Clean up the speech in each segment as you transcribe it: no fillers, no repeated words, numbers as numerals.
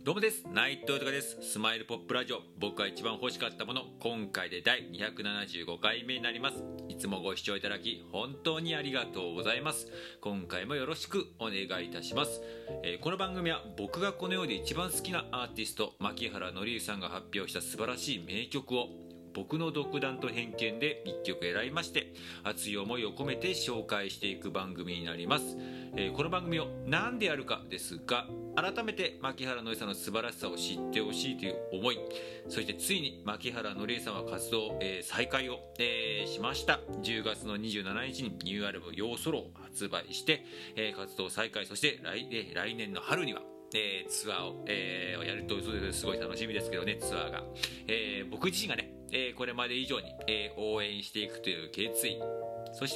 どうもです。内藤とかです。スマイルポップラジオ、僕が一番欲しかったもの、今回で第275回目になります。いつもご視聴いただき本当にありがとうございます。今回もよろしくお願いいたします。この番組は僕がこの世で一番好きなアーティスト牧原紀之さんが発表した素晴らしい名曲を僕の独断と偏見で1曲選びまして熱い思いを込めて紹介していく番組になります。この番組を何でやるかですが、改めて牧原紀之さんの素晴らしさを知ってほしいという思い、そしてついに牧原紀之さんは活動、再開を、しました。10月の27日にニューアルバム「ようソロ」を発売して、活動再開、そして来年の春にはツアーを、やるとすごい楽しみですけどね、ツアーが、僕自身がね、これまで以上に、応援していくという決意、そして、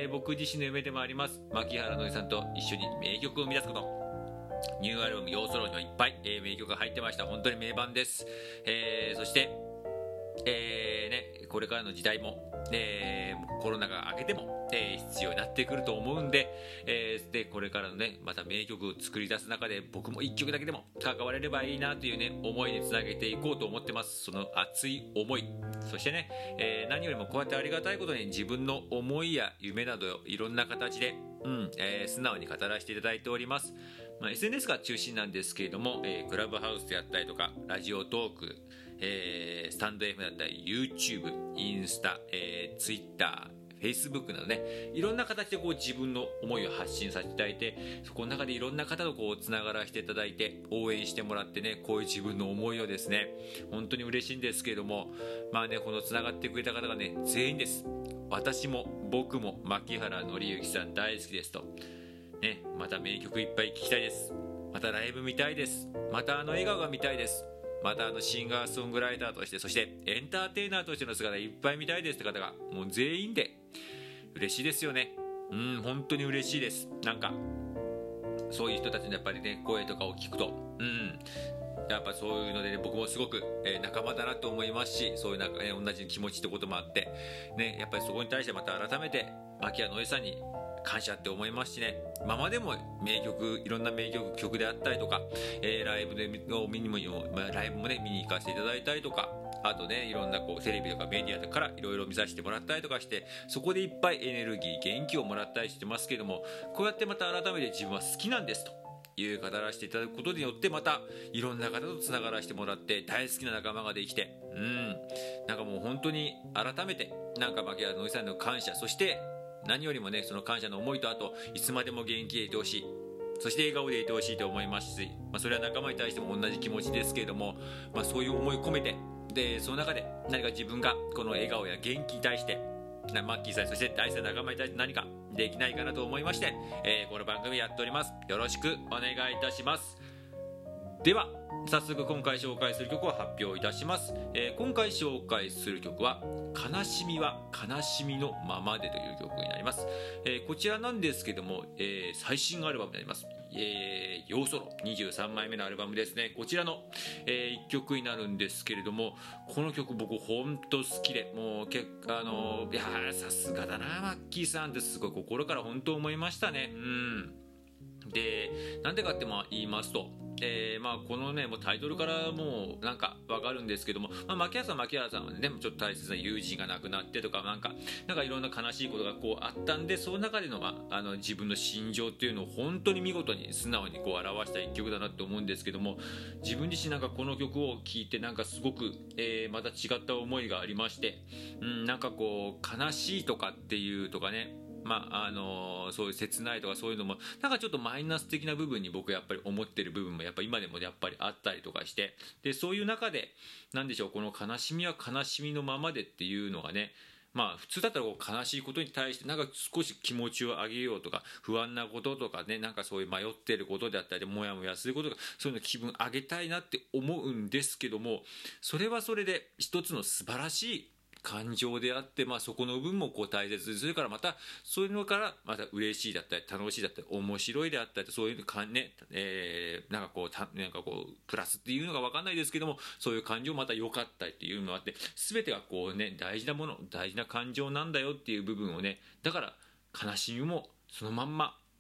僕自身の夢でもあります牧原紀之さんと一緒に名曲を生み出すこと。ニューアルバム「ようソロ」にはいっぱい、名曲が入ってました。本当に名盤です。そして、これからの時代も、コロナが明けても、必要になってくると思うんで、でこれからのねまた名曲を作り出す中で僕も1曲だけでも関われればいいなというね思いにつなげていこうと思ってます。その熱い思い、そしてね、何よりもこうやってありがたいことに自分の思いや夢などいろんな形で、素直に語らせていただいております。SNS が中心なんですけれども、クラブハウスであったりとかラジオトーク、スタンド F だったり YouTube、インスタ、Twitter、Facebook などね、いろんな形でこう自分の思いを発信させていただいて、そこの中でいろんな方とこうつながらせていただいて応援してもらってね、こういう自分の思いをですね本当に嬉しいんですけれども、このつながってくれた方がね全員です。私も僕も牧原紀之さん大好きですとね、また名曲いっぱい聴きたいです。またライブ見たいです。また笑顔が見たいです。またシンガーソングライターとして、そしてエンターテイナーとしての姿いっぱい見たいですって方がもう全員で嬉しいですよね。本当に嬉しいです。なんかそういう人たちのやっぱりね声とかを聞くとやっぱそういうので、ね、僕もすごく、仲間だなと思いますし、そういうなんか、ね、同じ気持ちってこともあって、ね、やっぱりそこに対してまた改めて牧原紀之さんに感謝って思いますしね、今までも名曲、いろんな名曲であったりとか、ライブでライブもね見に行かせていただいたりとか、あとねいろんなこうテレビとかメディアからいろいろ見させてもらったりとかして、そこでいっぱいエネルギー元気をもらったりしてますけども、こうやってまた改めて自分は好きなんですという語らせていただくことによって、またいろんな方とつながらせてもらって大好きな仲間ができて、なんかもう本当に改めてなんか牧原紀之さんの感謝、そして何よりもねその感謝の思いと、あといつまでも元気でいてほしい、そして笑顔でいてほしいと思いますし、それは仲間に対しても同じ気持ちですけれども、そういう思いを込めて、でその中で何か自分がこの笑顔や元気に対してマッキーさん、そして大好きな仲間に対して何かできないかなと思いまして、この番組やっております。よろしくお願いいたします。では早速今回紹介する曲を発表いたします。今回紹介する曲は悲しみは悲しみのままでという曲になります。こちらなんですけども、最新アルバムになります。ようソロ23枚目のアルバムですね。こちらの、1曲になるんですけれども、この曲僕ほんと好きで、もういやさすがだなマッキーさんってすごい心から本当思いましたね。でなんでかって言いますと、このねもうタイトルからもうなんかわかるんですけども、牧原さんはねちょっと大切な友人が亡くなってとかなんかいろんな悲しいことがこうあったんで、その中での、自分の心情っていうのを本当に見事に素直にこう表した一曲だなって思うんですけども、自分自身なんかこの曲を聴いてなんかすごく、また違った思いがありまして、なんかこう悲しいとかっていうとかね、そういう切ないとかそういうのもなんかちょっとマイナス的な部分に僕やっぱり思ってる部分もやっぱ今でもやっぱりあったりとかして、でそういう中でなんでしょう、この悲しみは悲しみのままでっていうのがね、普通だったらこう悲しいことに対してなんか少し気持ちを上げようとか、不安なこととかね、なんかそういう迷ってることであったりモヤモヤすることとか、そういうの気分上げたいなって思うんですけども、それはそれで一つの素晴らしい感情であって、そこの部分もこう大切にするから、またそういうのからまた嬉しいだったり楽しいだったり面白いであったり、そういうかね、なんかこうプラスっていうのが分かんないですけども、そういう感情また良かったりっていうのがあって、全てがこうね大事なもの、大事な感情なんだよっていう部分をね、だから悲しみもそのまんま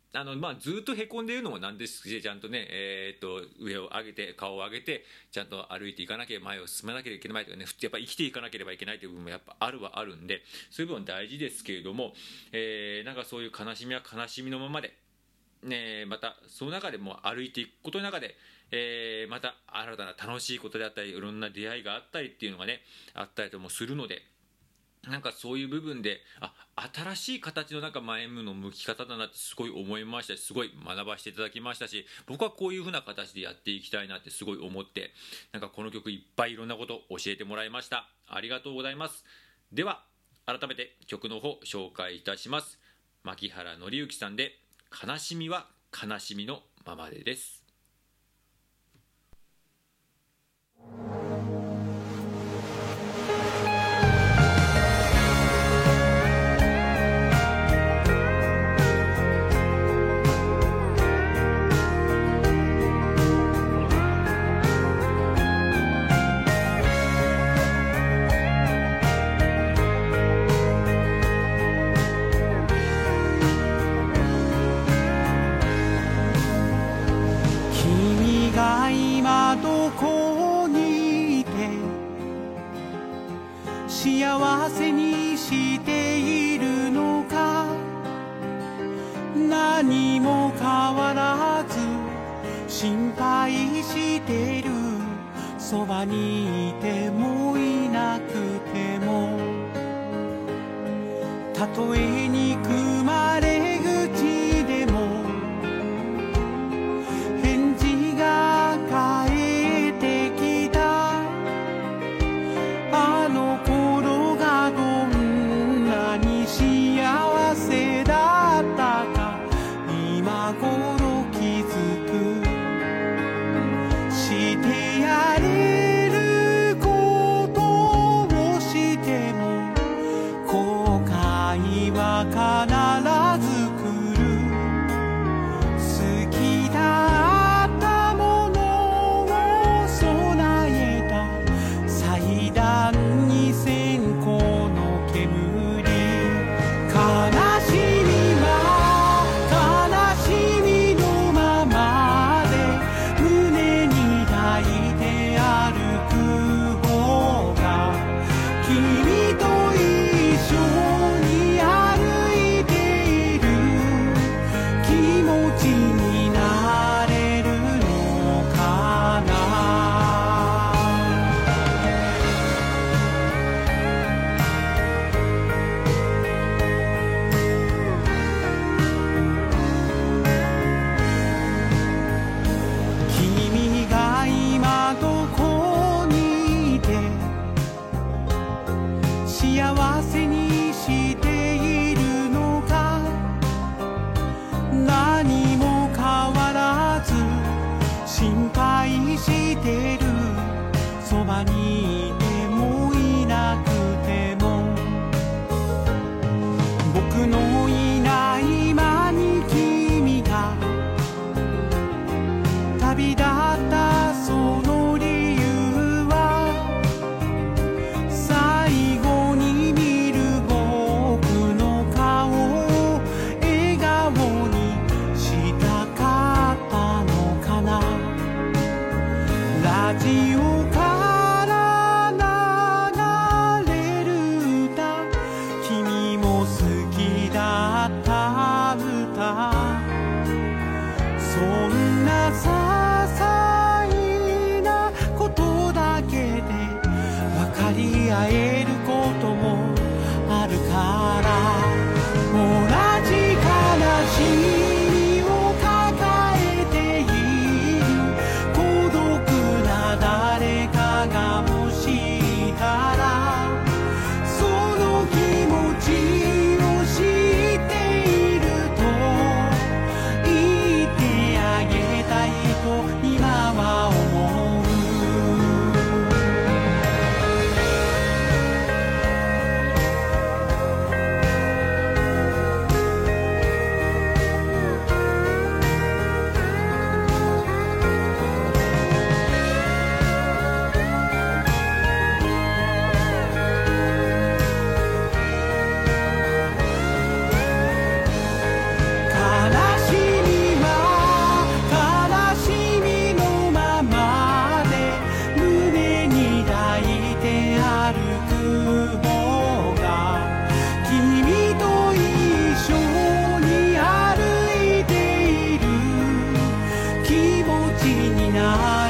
ずっとへこんでいるのもなんですし、ちゃんとね、上を上げて顔を上げてちゃんと歩いていかなきゃ、前を進めなければいけないとかね、やっぱ生きていかなければいけないという部分もやっぱあるはあるんで、そういう部分は大事ですけれども、なんかそういう悲しみは悲しみのままで、またその中でも歩いていくことの中で、また新たな楽しいことであったり、いろんな出会いがあったりっていうのがねあったりともするので、なんかそういう部分で新しい形の前の向き方だなってすごい思いましたし、すごい学ばせていただきましたし、僕はこういう風な形でやっていきたいなってすごい思って、なんかこの曲いっぱいいろんなことを教えてもらいました。ありがとうございます。では改めて曲の方紹介いたします。牧原紀之さんで悲しみは悲しみのままでです。 幸せにしているのか、何も変わらず心配してる、そばにいてもいなくても、たとえ憎まれ口でも返事が返ってきた。あの頃がどんなに幸せだったか今頃気づく。してやれることをしても後悔は必ず来る。好きだったものを備えた祭壇に線香の煙。悲しみは悲しみのままで胸に抱いて歩く方が、君と一緒に歩いている気持ちになれるのかな。君が今どこにいて幸せにしているのか、何も変わらず心配してる、そばにいてもいなくても、僕のいない間に君が旅立ったその理由は、最後に見る僕の顔を笑顔にしたかったのかな。ラジオから流れる歌、君も好きだった歌、そんな些細なことだけで分かり合えることもあるから、同じ悲しみを抱えている孤独な誰かがもしいたら、その気持ちを知っていると言ってあげたいとな